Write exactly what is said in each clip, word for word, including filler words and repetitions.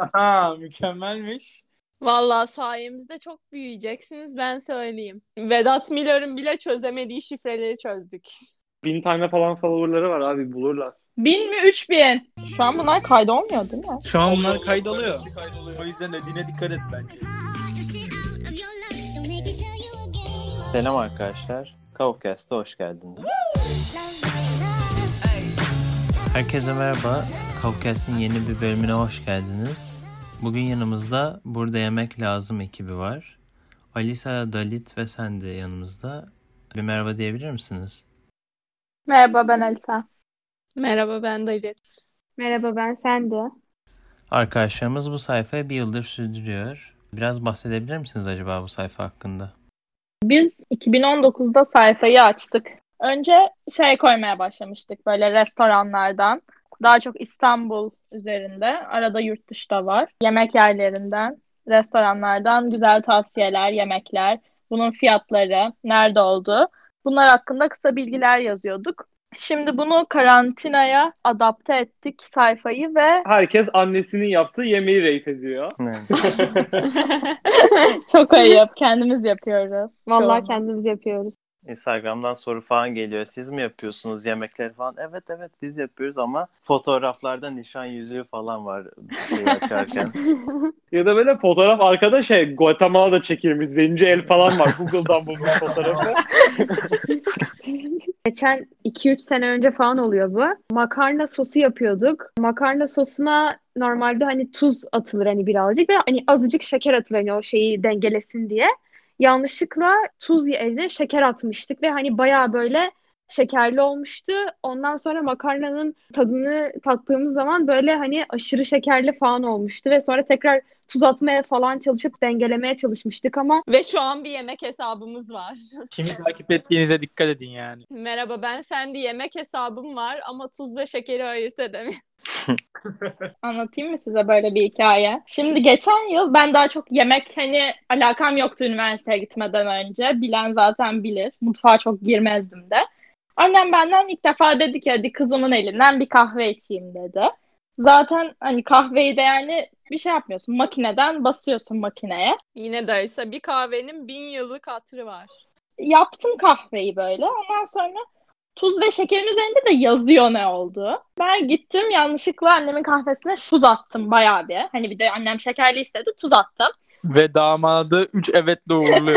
Aha, mükemmelmiş. Vallahi sayemizde çok büyüyeceksiniz, ben söyleyeyim. Vedat Milor'un bile çözemediği şifreleri çözdük. Bin tane falan follower'ları var abi, bulurlar. Bin mi üç bin? Şu an bunlar kaydolmuyor değil mi? Şu an bunlar kaydoluyor. O yüzden Edine dikkat et bence. Selam arkadaşlar. Kavukast'a hoş geldiniz. Herkese merhaba. Kavukast'ın yeni bir bölümüne hoş geldiniz. Bugün yanımızda Burada Yemek Lazım ekibi var. Alisa, Dalit ve sen de yanımızda. Bir merhaba diyebilir misiniz? Merhaba, ben Alisa. Merhaba, ben Dalit. Merhaba, ben Sende. Arkadaşlarımız bu sayfayı bir yıldır sürdürüyor. Biraz bahsedebilir misiniz acaba bu sayfa hakkında? Biz iki bin on dokuzda sayfayı açtık. Önce şey koymaya başlamıştık, böyle restoranlardan. Daha çok İstanbul üzerinde. Arada yurt dışı da var. Yemek yerlerinden, restoranlardan güzel tavsiyeler, yemekler, bunun fiyatları, nerede olduğu. Bunlar hakkında kısa bilgiler yazıyorduk. Şimdi bunu karantinaya adapte ettik sayfayı ve Herkes annesinin yaptığı yemeği rate ediyor. Evet. çok ayıp, kendimiz yapıyoruz. Vallahi Çoğunu. kendimiz yapıyoruz. Instagram'dan soru falan geliyor. Siz mi yapıyorsunuz yemekleri falan? Evet evet biz yapıyoruz ama fotoğraflarda nişan yüzüğü falan var şey açarken. Ya da böyle fotoğraf arkada şey Guatemala'da çekilmiş zenci el falan var. Google'dan bulmuş fotoğrafı. Geçen iki üç sene önce falan oluyor bu. Makarna sosu yapıyorduk. Makarna sosuna normalde hani tuz atılır hani birazcık ve hani azıcık şeker atılır hani o şeyi dengelesin diye. Yanlışlıkla tuz yerine şeker atmıştık ve hani bayağı böyle şekerli olmuştu. Ondan sonra makarnanın tadını tattığımız zaman böyle hani aşırı şekerli falan olmuştu ve sonra tekrar tuz atmaya falan çalışıp dengelemeye çalışmıştık ama Ve şu an bir yemek hesabımız var. Kimi takip ettiğinize dikkat edin yani. Merhaba, ben Sandy, yemek hesabım var ama tuz ve şekeri ayırt edemiyorum. Anlatayım mı size böyle bir hikaye? Şimdi geçen yıl ben daha çok yemek hani alakam yoktu üniversiteye gitmeden önce. Bilen zaten bilir. Mutfağa çok girmezdim de. Annem benden ilk defa dedi ki hadi kızımın elinden bir kahve içeyim dedi. Zaten hani kahveyi de yani bir şey yapmıyorsun. Makineden basıyorsun makineye. Yine dayısa bir kahvenin bin yıllık hatırı var. Yaptım kahveyi böyle. Ondan sonra tuz ve şekerin üzerinde de yazıyor ne olduğu. Ben gittim yanlışlıkla annemin kahvesine tuz attım bayağı bir. Hani bir de annem şekerli istedi, tuz attım. Ve damadı üç evetle uğurluyor.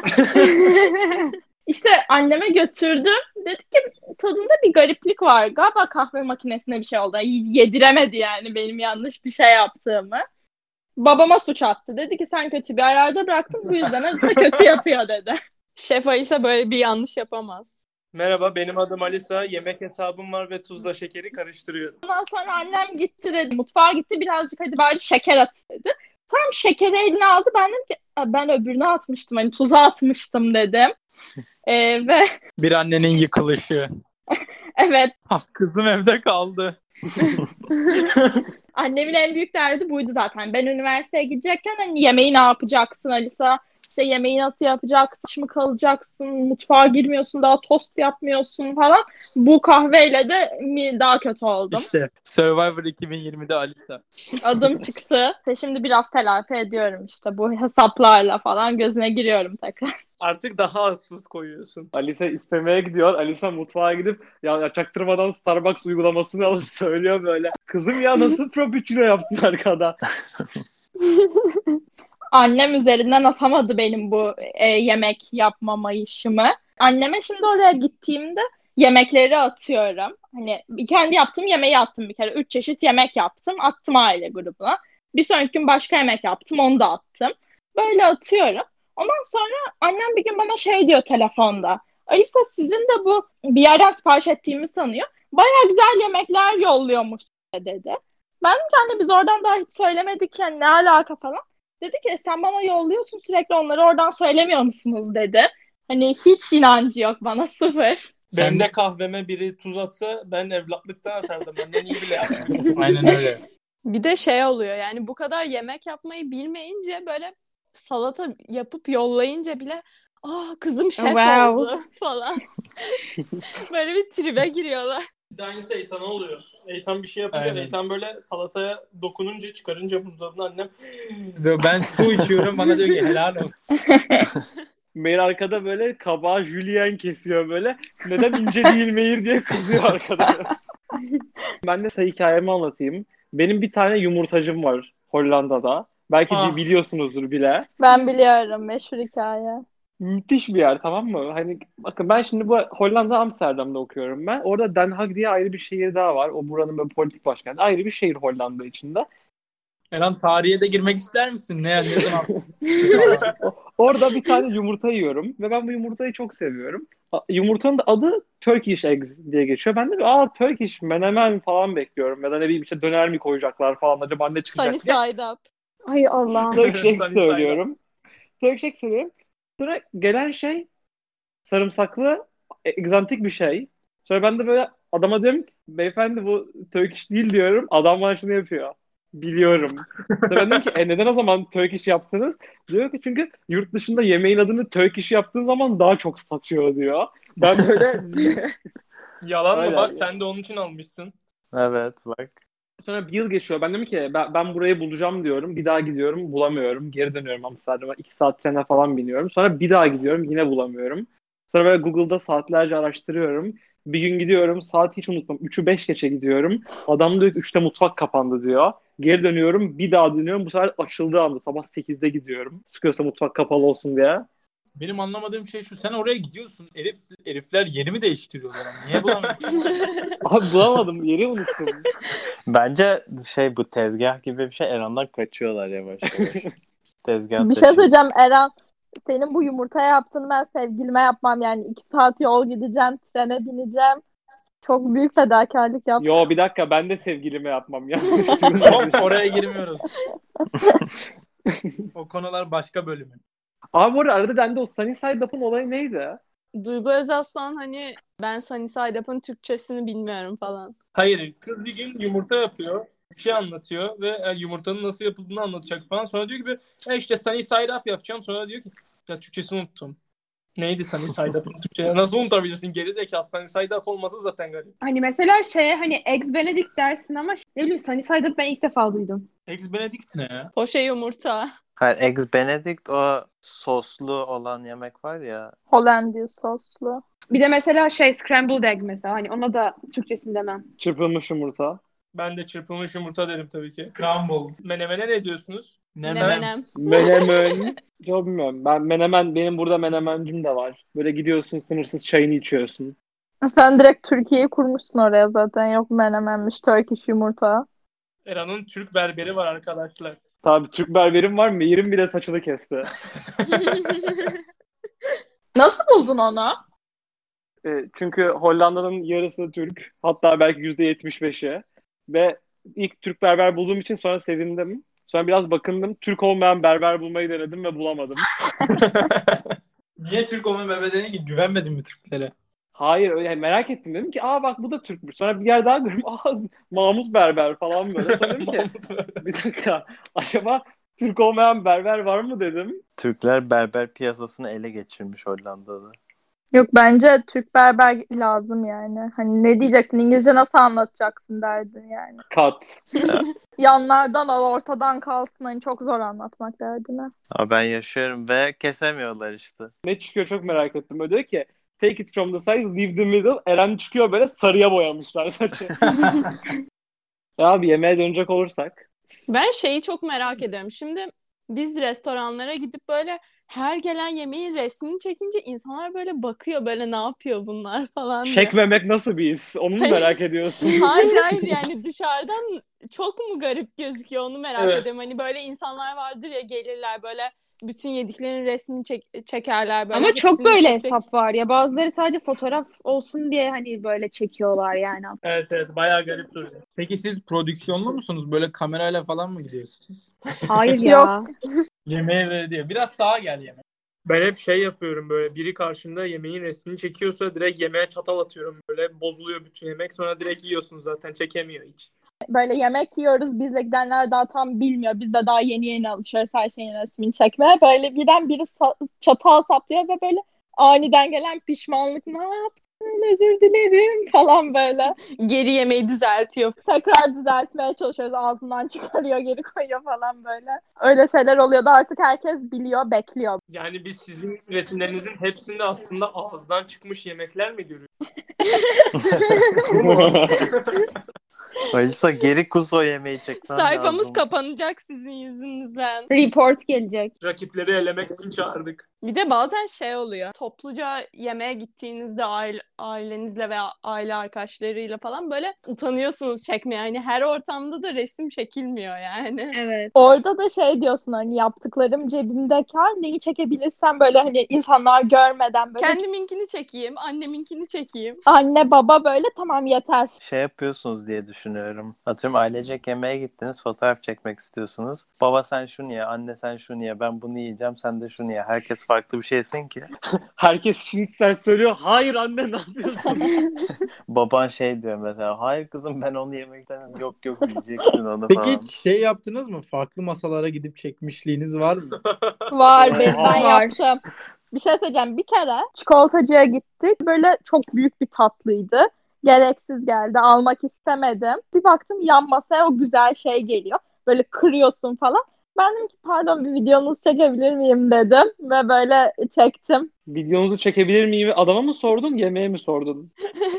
İşte anneme götürdüm. Dedik ki tadında bir gariplik var. Galiba kahve makinesine bir şey oldu. Yediremedi yani benim yanlış bir şey yaptığımı. Babama suç attı. Dedi ki sen kötü bir ayarda bıraktın bu yüzden Alisa kötü yapıyor dedi. Şef Alisa böyle bir yanlış yapamaz. Merhaba, benim adım Alisa. Yemek hesabım var ve tuzla şekeri karıştırıyorum. Ondan sonra annem gitti dedi. Mutfağa gitti birazcık hadi bari şeker at dedi. Tam şekeri eline aldı. Ben dedim ki ben öbürüne atmıştım. Hani tuza atmıştım dedim. Ee, ve Bir annenin yıkılışı. evet. Ah, kızım evde kaldı. Annemin en büyük derdi buydu zaten. Ben üniversiteye gidecekken hani yemeği ne yapacaksın Alisa? İşte yemeği nasıl yapacaksın? Aç mı kalacaksın? Mutfağa girmiyorsun. Daha tost yapmıyorsun falan. Bu kahveyle de mi daha kötü oldum. İşte Survivor iki bin yirmide Alisa. Adım çıktı. İşte şimdi biraz telafi ediyorum işte bu hesaplarla falan gözüne giriyorum tekrar. Artık daha az tuz koyuyorsun. Alisa istemeye gidiyor. Alisa mutfağa gidip ya çaktırmadan Starbucks uygulamasını alıp söylüyor böyle. Kızım ya nasıl frappuccino yaptın arkada? Annem üzerinden atamadı benim bu e, yemek yapmama işimi. Anneme şimdi oraya gittiğimde yemekleri atıyorum. Hani kendi yaptığım yemeği attım bir kere. Üç çeşit yemek yaptım. Attım aile grubuna. Bir sonraki gün başka yemek yaptım. Onu da attım. Böyle atıyorum. Ondan sonra annem bir gün bana şey diyor telefonda. Alisa sizin de bu bir yerden sipariş ettiğimi sanıyor. Baya güzel yemekler yolluyormuş size dedi. Ben de hani biz oradan daha hiç söylemedik yani ne alaka falan. Dedi ki sen bana yolluyorsun sürekli onları oradan söylemiyor musunuz dedi. Hani hiç inancı yok bana, sıfır. Benim de kahveme biri tuz atsa ben evlatlıktan atardım. Benden iyi bile yapmıyorum. Aynen öyle. Bir de şey oluyor yani bu kadar yemek yapmayı bilmeyince böyle salata yapıp yollayınca bile ah kızım şef Wow. oldu falan. Böyle bir tribe giriyorlar. İşte aynısı Eytan'a oluyor. Eytan bir şey yapınca, Aynen. Eytan böyle salataya dokununca, çıkarınca buzdolabına annem Ve ben su içiyorum, bana diyor ki helal olsun. Meğer arkada böyle kabağı jülyen kesiyor böyle. Neden ince değil Meğer diye kızıyor arkada. Ben de size hikayemi anlatayım. Benim bir tane yumurtacım var Hollanda'da. Belki Ah. biliyorsunuzdur bile. Ben biliyorum meşhur hikaye. Müthiş bir yer, tamam mı? Hani bakın, ben şimdi bu Hollanda Amsterdam'da okuyorum ben. Orada Den Haag diye ayrı bir şehir daha var. O buranın böyle politik başkenti. Ayrı bir şehir Hollanda içinde. Eren, tarihe de girmek ister misin? Ne, ne zaman? O- Orada bir tane yumurta yiyorum ve ben bu yumurtayı çok seviyorum. A- Yumurtanın da adı Turkish Eggs diye geçiyor. Ben de aa Turkish menemen falan bekliyorum. Ya da ne bileyim işte döner mi koyacaklar falan, acaba ne çıkacak Sunny diye. side up. Ay Allah'ım. Turkish Eggs Sunny side söylüyorum. Turkish Eggs söylüyorum. Sonra gelen şey sarımsaklı egzantik bir şey. Sonra ben de böyle adama diyorum ki, beyefendi bu Turkish değil diyorum. Adam bana şunu yapıyor. Biliyorum. Sonra ben dedim ki e neden o zaman Turkish yaptınız? Diyor ki çünkü yurt dışında yemeğin adını Turkish yaptığın zaman daha çok satıyor diyor. Ben böyle yalan mı Öyle bak abi. sen de onun için almışsın. Evet bak. sonra bir yıl geçiyor. Ben dedim ki ben, ben burayı bulacağım diyorum. Bir daha gidiyorum, bulamıyorum. Geri dönüyorum Amsterdam'a. iki saat trene falan biniyorum. Sonra bir daha gidiyorum, yine bulamıyorum. Sonra böyle Google'da saatlerce araştırıyorum. Bir gün gidiyorum, saat hiç unutmam. üçü beş geçe gidiyorum. Adam diyor ki üçte mutfak kapandı diyor. Geri dönüyorum, bir daha dönüyorum. Bu sefer açıldığı anda sabah sekizde gidiyorum. Sıkıyorsa mutfak kapalı olsun diye. Benim anlamadığım şey şu. Sen oraya gidiyorsun. Herif, herifler yeri mi değiştiriyorlar? Ama? Niye bulamıyorsun? Abi bulamadım, yeri unuttum. Bence şey, bu tezgah gibi bir şey, Eren'den kaçıyorlar yavaş yavaş. Tezgah Bir şey taşıyor. söyleyeceğim Eren. Senin bu yumurta yaptığını ben sevgilime yapmam yani. iki saat yol gideceğim, trene bineceğim. Çok büyük fedakarlık yaptım. Yo bir dakika, ben de sevgilime yapmam. Yanlış Tamam, duymadın. oraya girmiyoruz. O konular başka bölümü. Abi bu arada arada dendi, o Sunny Side Up'ın olayı neydi? Duygu Özaslan hani ben Sunny Side Up'ın Türkçesini bilmiyorum falan. Hayır, kız bir gün yumurta yapıyor. Bir şey anlatıyor ve e, yumurtanın nasıl yapıldığını anlatacak falan. Sonra diyor ki e işte sunny side up yapacağım. Sonra diyor ki ya Türkçesini unuttum. Neydi sunny side up'ın Türkçe? Nasıl unutabilirsin? Geri zekalı. Sunny side up olması zaten garip. Hani mesela şeye hani Eggs Benedict dersin ama ne bileyim Sunny Side Up ben ilk defa duydum. Eggs Benedict ne ya? Poşe yumurta. Hayır, Eggs Benedict o soslu olan yemek var ya. Hollandia soslu. Bir de mesela şey Scrambled Egg mesela hani ona da Türkçesini demem. Çırpılmış yumurta. Ben de çırpılmış yumurta derim tabii ki. Scrambled. Menemene ne diyorsunuz? Ne Ne ben? menem. Menemen. Çok bilmiyorum. Ben menemen, benim burada menemencim de var. Böyle gidiyorsun, sınırsız çayını içiyorsun. Sen direkt Türkiye'yi kurmuşsun oraya zaten. Yok menemenmiş, Turkish yumurta. Eran'ın Türk berberi var arkadaşlar. Tabii Türk berberim var. Meğerim bile saçını kesti. Nasıl buldun onu? E, çünkü Hollanda'nın yarısı Türk. Hatta belki yüzde yetmiş beşi. Ve ilk Türk berber bulduğum için sonra sevindim. Sonra biraz bakındım. Türk olmayan berber bulmayı denedim ve bulamadım. Niye Türk olma bebedeni ki? Güvenmedin mi Türklere? Hayır, öyle yani merak ettim, dedim ki aa bak bu da Türkmüş. Sonra bir yer daha gördüm. Aa Mahmut Berber falan böyle. Sonra dedim ki bir dakika, acaba Türk olmayan berber var mı dedim. Türkler berber piyasasını ele geçirmiş Hollanda'da. Yok bence Türk berber lazım yani. Hani ne diyeceksin? İngilizce nasıl anlatacaksın derdin yani. Kat. Yanlardan al, ortadan kalsın. Hani çok zor anlatmak derdine. Ama ben yaşıyorum ve kesemiyorlar işte. Ne çıkıyor çok merak ettim. Öyle diyor ki take it from the size, leave the middle. Eren çıkıyor böyle, sarıya boyamışlar saçı. Ya abi, yemeğe dönecek olursak. Ben şeyi çok merak ediyorum. Şimdi biz restoranlara gidip böyle her gelen yemeğin resmini çekince insanlar böyle bakıyor böyle ne yapıyor bunlar falan diye. Çekmemek nasıl bir his? Onu mu merak ediyorsun? Hayır hayır yani dışarıdan çok mu garip gözüküyor onu merak Evet. ediyorum. Hani böyle insanlar vardır ya gelirler böyle bütün yediklerinin resmini çek- çekerler böyle. Ama çok hepsini böyle tek tek- hesap var ya, bazıları sadece fotoğraf olsun diye hani böyle çekiyorlar yani. Evet evet bayağı garip duruyor. Peki siz prodüksiyonlu musunuz? Böyle kamerayla falan mı gidiyorsunuz? Hayır ya. Yemeğe ve diye. Biraz sağa gel yemeğe. Ben hep şey yapıyorum böyle biri karşımda yemeğin resmini çekiyorsa direkt yemeğe çatal atıyorum böyle bozuluyor bütün yemek sonra direkt yiyorsun zaten çekemiyor hiç. Böyle yemek yiyoruz. Bizle gidenler daha tam bilmiyor. Biz de daha yeni yeni alışıyoruz her şeyin resmini çekmeye. Böyle birden biri sa- çatal saplıyor ve böyle aniden gelen pişmanlık, ne yaptın özür dilerim falan böyle. Geri yemeği düzeltiyor. Tekrar düzeltmeye çalışıyoruz. Ağzından çıkarıyor, geri koyuyor falan böyle. Öyle şeyler oluyordu. Artık herkes biliyor, bekliyor. Yani biz sizin resimlerinizin hepsinde aslında ağızdan çıkmış yemekler mi görüyoruz? Bu mu? Alisa geri kus o yemeği çekmen Sayfamız lazım. kapanacak sizin yüzünüzden. Report gelecek. Rakipleri elemek için çağırdık. Bir de bazen şey oluyor. Topluca yemeğe gittiğinizde aile, ailenizle veya aile arkadaşlarıyla falan böyle utanıyorsunuz çekmeye. Yani her ortamda da resim çekilmiyor yani. Evet. Orada da şey diyorsun, hani yaptıklarım cebimde kar, neyi çekebilirsem böyle hani insanlar görmeden böyle Kendiminkini çekeyim, anneminkini çekeyim. anne baba böyle tamam yeter. Şey yapıyorsunuz diye düşünüyorum. Atıyorum ailecek yemeğe gittiniz, fotoğraf çekmek istiyorsunuz. Baba sen şunu ye, anne sen şunu ye, ben bunu yiyeceğim, sen de şunu ye. Herkes farklı bir şey yesin ki. Herkes şinitsel söylüyor. Hayır anne ne yapıyorsun? Baban şey diyor mesela, hayır kızım ben onu yemek istemiyorum. Yok yok yiyeceksin onu Peki falan. hiç şey yaptınız mı? Farklı masalara gidip çekmişliğiniz var mı? Var, ben, ben Var. yaptım. Bir şey söyleyeceğim. Bir kere çikolatacıya gittik. Böyle çok büyük bir tatlıydı. Gereksiz geldi. Almak istemedim. Bir baktım yan masaya o güzel şey geliyor. Böyle kırıyorsun falan. Ben dedim ki pardon bir videonuzu çekebilir miyim dedim. Ve böyle çektim. Videonuzu çekebilir miyim? Adama mı sordun, yemeğe mi sordun?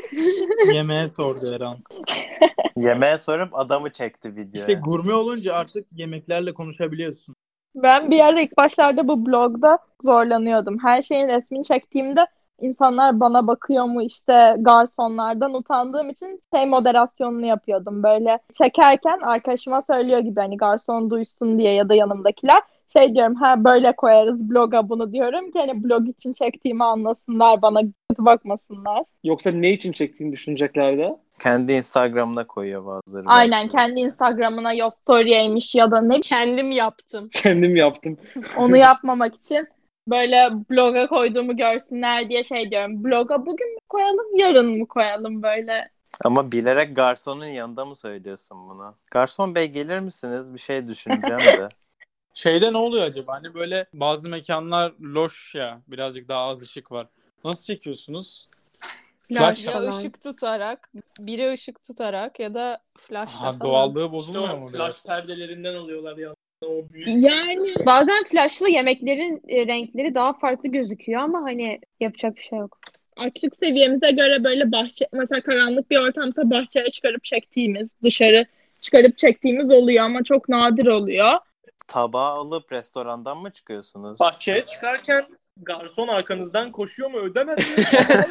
Yemeğe sordu Eren. Yemeğe sorup adamı çekti videoya. İşte gurme olunca artık yemeklerle konuşabiliyorsun. Ben bir ara ilk başlarda bu blogda zorlanıyordum. Her şeyin resmini çektiğimde insanlar bana bakıyor mu işte garsonlardan utandığım için şey moderasyonunu yapıyordum. Böyle çekerken arkadaşıma söylüyor gibi hani garson duysun diye ya da yanımdakiler şey diyorum ha böyle koyarız bloga bunu diyorum ki hani blog için çektiğimi anlasınlar bana kötü bakmasınlar. Yoksa ne için çektiğini düşüneceklerdi? Kendi Instagram'ına koyuyor bazıları. Aynen belki. kendi Instagram'ına yok story'ymiş ya da ne Kendim yaptım. Kendim yaptım. onu yapmamak için böyle bloga koyduğumu görsünler diye şey diyorum. Bloga bugün mü koyalım, yarın mı koyalım böyle. Ama bilerek garsonun yanında mı söylüyorsun bunu? Garson bey gelir misiniz? Bir şey düşüneceğim de. Şeyde ne oluyor acaba? Hani böyle bazı mekanlar loş ya. Birazcık daha az ışık var. Nasıl çekiyorsunuz? Flash. Ya falan. ışık tutarak, biri ışık tutarak ya da flashla Ha, falan. doğallığı İşte bozulmuyor o mu flash biraz? perdelerinden alıyorlar ya. O büyük. Yani bazen flashlı yemeklerin e, renkleri daha farklı gözüküyor ama hani yapacak bir şey yok. Açlık seviyemize göre böyle bahçe, mesela karanlık bir ortamsa bahçeye çıkarıp çektiğimiz, dışarı çıkarıp çektiğimiz oluyor ama çok nadir oluyor. Tabağı alıp restorandan mı çıkıyorsunuz? Bahçeye çıkarken garson arkanızdan koşuyor mu ödemedin?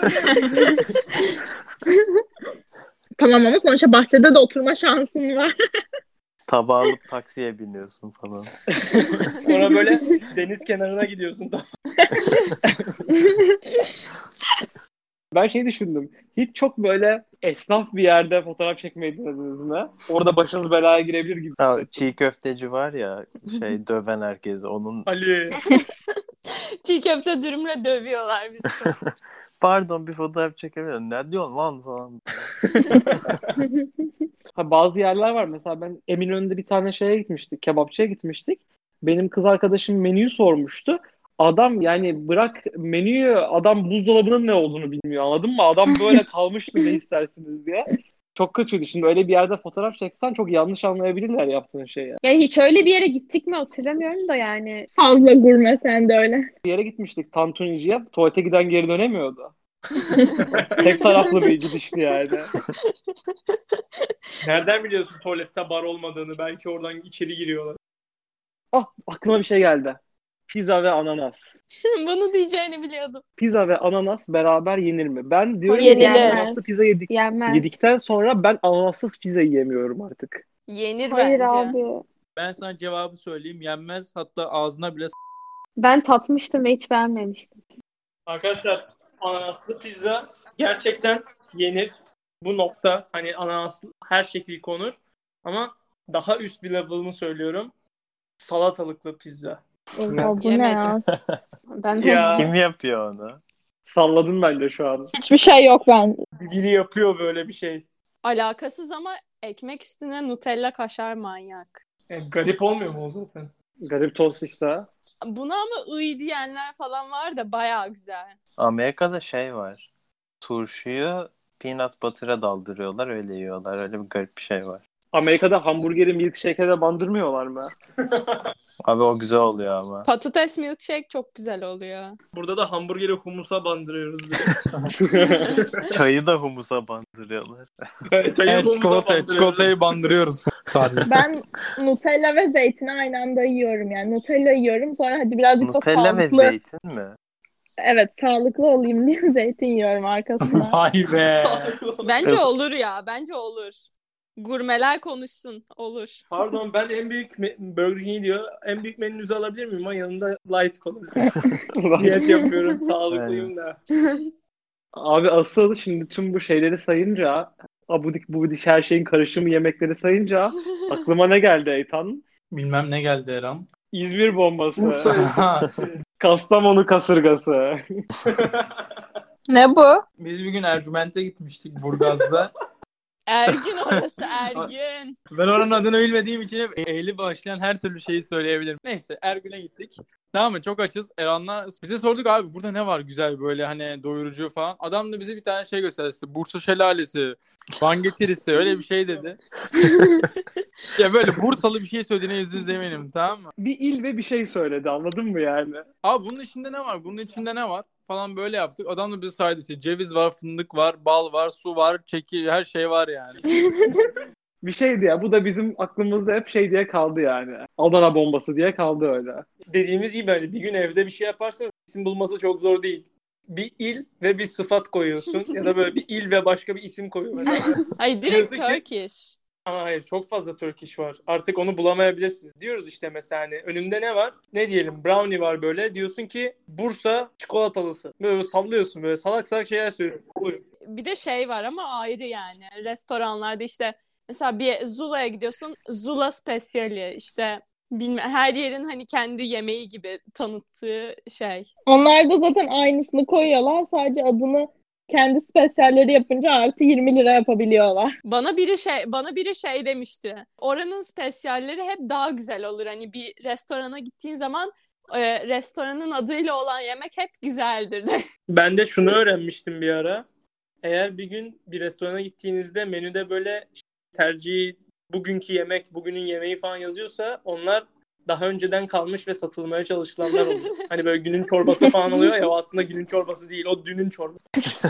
Tamam ama sonuçta bahçede de oturma şansın var. Tabağı alıp taksiye biniyorsun falan. Sonra böyle deniz kenarına gidiyorsun. Ben şey düşündüm. Hiç çok böyle esnaf bir yerde fotoğraf çekmeyi denediniz mi? Orada başınız belaya girebilir gibi. Ha, çiğ köfteci var ya şey döven herkesi onun Ali. Çiğ köfte dürümle dövüyorlar bizi. pardon bir fotoğraf çekemiyorum. Ne diyorsun lan falan. Ha, bazı yerler var. Mesela ben Eminönü'nde bir tane şeye gitmiştik. Kebapçıya gitmiştik. Benim kız arkadaşım menüyü sormuştu. Adam yani bırak menüyü adam buzdolabının ne olduğunu bilmiyor anladın mı? Adam böyle kalmıştı ne istersiniz diye. Çok kötüydü. Şimdi öyle bir yerde fotoğraf çeksen çok yanlış anlayabilirler yaptığın şeyi. Ya hiç öyle bir yere gittik mi hatırlamıyorum da yani. Fazla gurme sen de öyle. Bir yere gitmiştik tantuniciye. Tuvalete giden geri dönemiyordu. Tek taraflı bir gidişti yani. Nereden biliyorsun tuvalette bar olmadığını? Belki oradan içeri giriyorlar. Ah aklıma bir şey geldi. Pizza ve ananas. Bunu diyeceğini biliyordum. Pizza ve ananas beraber yenir mi? Ben diyorum ki Yenilir. ananaslı pizza yedik, Yenmez. yedikten sonra ben ananassız pizza yiyemiyorum artık. Yenir Hayır bence. abi. Ben sana cevabı söyleyeyim. Yenmez. Hatta ağzına bile s- Ben tatmıştım ve hiç beğenmemiştim. Arkadaşlar ananaslı pizza gerçekten yenir. Bu nokta hani ananaslı her şekil konur. Ama daha üst bir level'ını söylüyorum. Salatalıklı pizza. Eyvah, bu ne Yemedim. ya? Ben Ya. Kim yapıyor onu? Salladın bence şu an. Hiçbir şey yok ben. Biri yapıyor böyle bir şey. Alakasız ama ekmek üstüne Nutella kaşar manyak. E, garip olmuyor mu o zaten? Garip tost işte. Buna ama ıy diyenler falan var da bayağı güzel. Amerika'da şey var. turşuyu peanut butter'a daldırıyorlar, öyle yiyorlar. Öyle bir garip bir şey var. Amerika'da hamburgeri milkshake'e de bandırmıyorlar mı? Abi o güzel oluyor ama. Patates milkshake çok güzel oluyor. Burada da hamburgeri humusa bandırıyoruz. Çayı da humusa bandırıyorlar. Çayı Evet, humusa çikolata, bandırıyoruz. çikolatayı bandırıyoruz sadece. Ben Nutella ve zeytini aynı anda yiyorum yani. Nutella yiyorum, sonra hadi birazcık da Nutella ve sağlıklı. zeytin mi? Evet, sağlıklı olayım diye zeytin yiyorum arkasına. Vay be. Bence Kız- olur ya. Bence olur. Gurmeler konuşsun. Olur. Pardon, ben en büyük me- Burger King diyor. En büyük menünüzü alabilir miyim? Ama yanında light kola. Diyet yapıyorum. Sağlıklıyım da. Abi asıl şimdi tüm bu şeyleri sayınca, abudik bubidik her şeyin karışımı yemekleri sayınca aklıma ne geldi Eytan? Bilmem ne geldi Eren. İzmir bombası, Bursa esintisi. Kastamonu kasırgası. Ne bu? Biz bir gün Ercüment'e gitmiştik Burgaz'da. Ergün orası Ergün. Ben oranın adını bilmediğim için hep eğli başlayan her türlü şeyi söyleyebilirim. Neyse Ergün'e gittik. Tamam mı? Çok açız. Eran'la bize sorduk abi burada ne var güzel böyle hani doyurucu falan. Adam da bize bir tane şey gösterdi. İşte Bursa Şelalesi, Van getirisi öyle bir şey dedi. Ya böyle Bursalı bir şey söylediğine yüzde yüz eminim, tamam mı? Bir il ve bir şey söyledi, anladın mı yani? Abi bunun içinde ne var? Bunun içinde ne var? Falan böyle yaptık. Adam da bize saydı işte ceviz var, fındık var, bal var, su var, çekir her şey var yani. Bir şeydi ya, bu da bizim aklımızda hep şey diye kaldı yani. Adana bombası diye kaldı öyle. Dediğimiz gibi hani bir gün evde bir şey yaparsanız isim bulması çok zor değil. Bir il ve bir sıfat koyuyorsun ya da böyle bir il ve başka bir isim koyuyorsun. Mesela. Ay direkt Diyorsun ki- Turkish. Ama hayır, çok fazla Turkish var. Artık onu bulamayabilirsiniz. Diyoruz işte mesela hani önümde ne var? Ne diyelim? Brownie var böyle. Diyorsun ki Bursa çikolatalısı. Böyle sallıyorsun, böyle salak salak şeyler söylüyorsun. Olur. Bir de şey var ama ayrı yani. Restoranlarda işte mesela bir Zula'ya gidiyorsun. Zula Speciali işte bilme her yerin hani kendi yemeği gibi tanıttığı şey. Onlar da zaten aynısını koyuyorlar. Sadece adını kendi spesiyalleri yapınca artı yirmi lira yapabiliyorlar. Bana biri şey bana biri şey demişti. Oranın spesiyalleri hep daha güzel olur. Hani bir restorana gittiğin zaman e, restoranın adıyla olan yemek hep güzeldir de. Ben de şunu öğrenmiştim bir ara. Eğer bir gün bir restorana gittiğinizde menüde böyle tercihi bugünkü yemek, bugünün yemeği falan yazıyorsa onlar daha önceden kalmış ve satılmaya çalışılanlar oluyor. Hani böyle günün çorbası falan oluyor ya, o aslında günün çorbası değil, o dünün çorbası.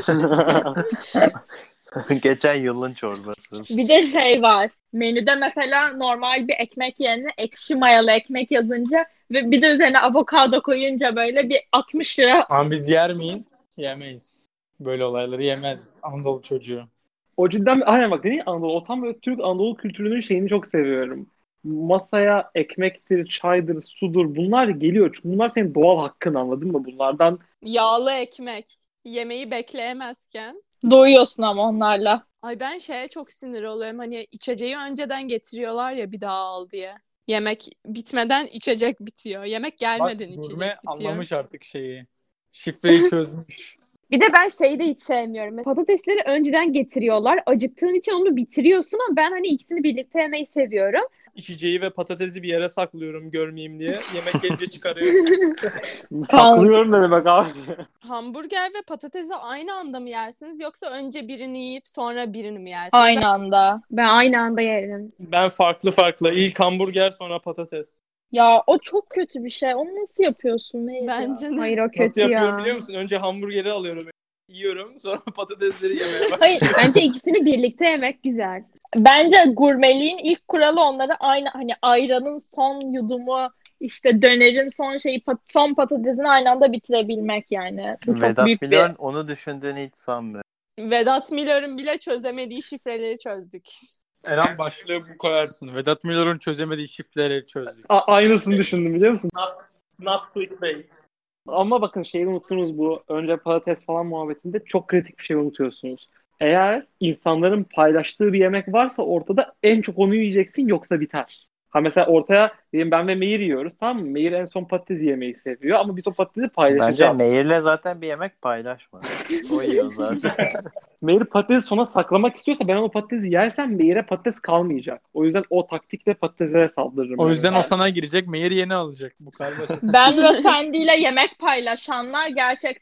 Geçen yılın çorbası. Bir de şey var. Menüde mesela normal bir ekmek yerine ekşi mayalı ekmek yazınca ve bir de üzerine avokado koyunca böyle bir altmış lira. Ama biz yer miyiz? Yemeyiz. Böyle olayları yemez Anadolu çocuğu. O cidden, aynen bak dediğin Anadolu, o tam böyle Türk Anadolu kültürünün şeyini çok seviyorum. Masaya ekmektir, çaydır, sudur, bunlar geliyor. Çünkü bunlar senin doğal hakkın, anladın mı? Bunlardan Yağlı ekmek. Yemeği bekleyemezken. Doyuyorsun ama onlarla. Ay ben şeye çok sinir oluyorum. Hani içeceği önceden getiriyorlar ya bir daha al diye. Yemek bitmeden içecek bitiyor. Yemek Bak gelmeden içecek gurme bitiyor. anlamış artık şeyi. Şifreyi çözmüş. Bir de ben şeyi de hiç sevmiyorum. Patatesleri önceden getiriyorlar. Acıktığın için onu bitiriyorsun ama ben hani ikisini birlikte yemeyi seviyorum. İçeceği ve patatesi bir yere saklıyorum görmeyeyim diye. Yemek gelince çıkarıyorum. saklıyorum ne demek abi? Hamburger ve patatesi aynı anda mı yersiniz yoksa önce birini yiyip sonra birini mi yersiniz? Aynı anda. Ben aynı anda yerim. Ben farklı farklı. İlk hamburger, sonra patates. Ya o çok kötü bir şey. Onu nasıl yapıyorsun Meyve? Bence de. Hayır, o Nasıl kötü yapıyorum ya. biliyor musun? Önce hamburgeri alıyorum, yiyorum. Sonra patatesleri yemeye başlıyorum. Hayır, Bence ikisini birlikte yemek güzel. bence gurmeliğin ilk kuralı onları aynı, hani ayranın son yudumu, işte dönerin son şeyi, pat- son patatesini aynı anda bitirebilmek yani. Bu çok Vedat büyük Milor'un bir... onu düşündüğünü hiç sanmıyorum. Vedat Milor'un bile çözemediği şifreleri çözdük. Eren başlığı bu koyarsın. Vedat Milor'un çözemediği şifreleri çözdük. A- aynısını düşündüm biliyor musun? Not, not clickbait. Ama bakın şeyi unuttunuz, bu önce patates falan muhabbetinde çok kritik bir şey unutuyorsunuz. Eğer insanların paylaştığı bir yemek varsa ortada en çok onu yiyeceksin, yoksa biter. Ha mesela ortaya diyelim ben ve Meir yiyoruz, tamam mı? Meir en son patates yemeyi seviyor ama biz o patatesi Bence paylaşacağız. Meir'le zaten bir yemek paylaşma. O yiyor zaten. Meir patatesi sona saklamak istiyorsa ben o patatesi yersem Meir'e patates kalmayacak. O yüzden o taktikle patateslere saldırırım. O ben. yüzden o sana girecek, Meir yeni alacak. Bu kadar basit. Ben ve Sandy ile yemek paylaşanlar gerçekten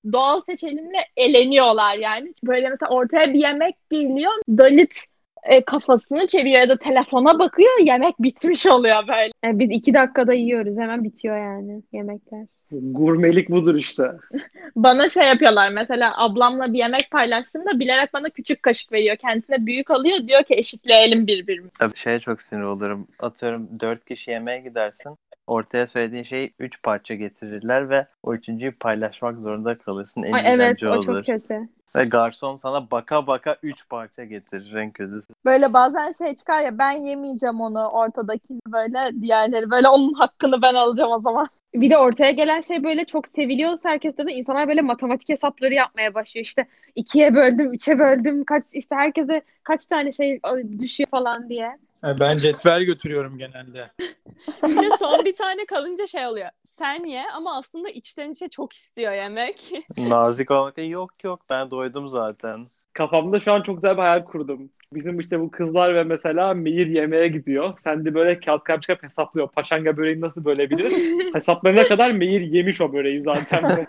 doğal seçelimle eleniyorlar yani. Böyle mesela ortaya bir yemek geliyor. Dalit e, kafasını çeviriyor ya da telefona bakıyor. Yemek bitmiş oluyor böyle. Yani biz iki dakikada yiyoruz. Hemen bitiyor yani yemekler. Gurmelik budur işte. Bana şey yapıyorlar mesela ablamla bir yemek paylaştığımda bilerek bana küçük kaşık veriyor. Kendisine büyük alıyor. Diyor ki eşitleyelim birbirimizi. Tabii şeye çok sinir olurum. Atıyorum dört kişi yemeğe gidersin. Ortaya söylediğin şeyi üç parça getirirler ve o üçüncüyü paylaşmak zorunda kalırsın. En Ay evet, iğrenci o olur. çok kötü. Ve garson sana baka baka üç parça getirir en kötüsü. Böyle bazen şey çıkar ya ben yemeyeceğim onu ortadakini böyle diğerleri böyle onun hakkını ben alacağım o zaman. Bir de ortaya gelen şey böyle çok seviliyorsa herkeste de insanlar böyle matematik hesapları yapmaya başlıyor. İşte ikiye böldüm, üçe böldüm, kaç işte herkese kaç tane şey düşüyor falan diye. Yani ben cetvel götürüyorum genelde. Bir de son bir tane kalınca şey oluyor. Sen ye ama aslında içten içe çok istiyor yemek. Nazik olmak yok yok ben doydum zaten. Kafamda şu an çok güzel bir hayal kurdum. Bizim işte bu kızlar ve mesela Mehir yemeğe gidiyor. Sen de böyle kağıt kalem çıkarıp hesaplıyor. Paçanga böreğini nasıl bölebiliriz? Hesaplarına kadar Mehir yemiş o böreği zaten.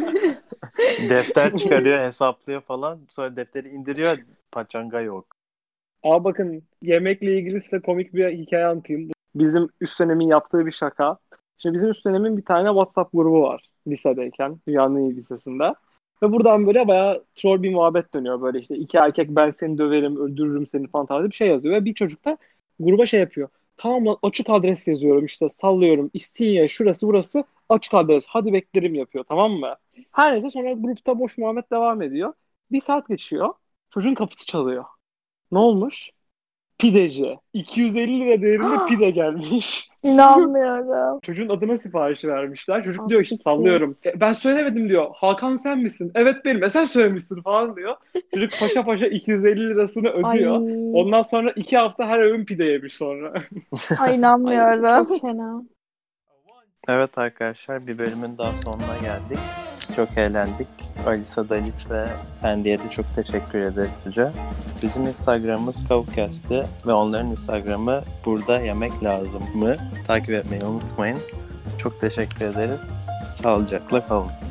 Defter çıkarıyor hesaplıyor falan. Sonra defteri indiriyor. Paçanga yok. Aa bakın yemekle ilgili size komik bir hikaye anlatayım. Bizim üst dönemin yaptığı bir şaka. Şimdi bizim üst dönemin bir tane WhatsApp grubu var lisedeyken. Dünyanın en iyi lisesinde. Ve buradan böyle bayağı troll bir muhabbet dönüyor. Böyle işte iki erkek ben seni döverim, öldürürüm seni falan tarzı bir şey yazıyor. Ve bir çocuk da gruba şey yapıyor. Tamam lan açık adres yazıyorum işte sallıyorum. İstinye şurası burası açık adres. Hadi beklerim yapıyor tamam mı? Her neyse sonra grupta boş muhabbet devam ediyor. Bir saat geçiyor. Çocuğun kapısı çalıyor. Ne olmuş? Pideci. iki yüz elli lira değerinde pide gelmiş. İnanmıyorum. Çocuğun adına sipariş vermişler. Çocuk Ah, diyor işte bitti. sallıyorum. E, ben söylemedim diyor. Hakan sen misin? Evet benim. E sen söylemişsin falan diyor. Çocuk paşa paşa iki yüz elli lirasını ödüyor. Ay. Ondan sonra iki hafta her öğün pide yemiş sonra. Ay Ay, inanmıyorum. çok fena. Evet arkadaşlar bir bölümün daha sonuna geldik. Biz çok eğlendik. Alisa, Dalit ve Sandy'ye de çok teşekkür ederiz. Bizim Instagram'ımız Kavukcast'ı ve onların Instagram'ı Burada Yemek Lazım mı? Takip etmeyi unutmayın. Çok teşekkür ederiz. Sağlıcakla kalın.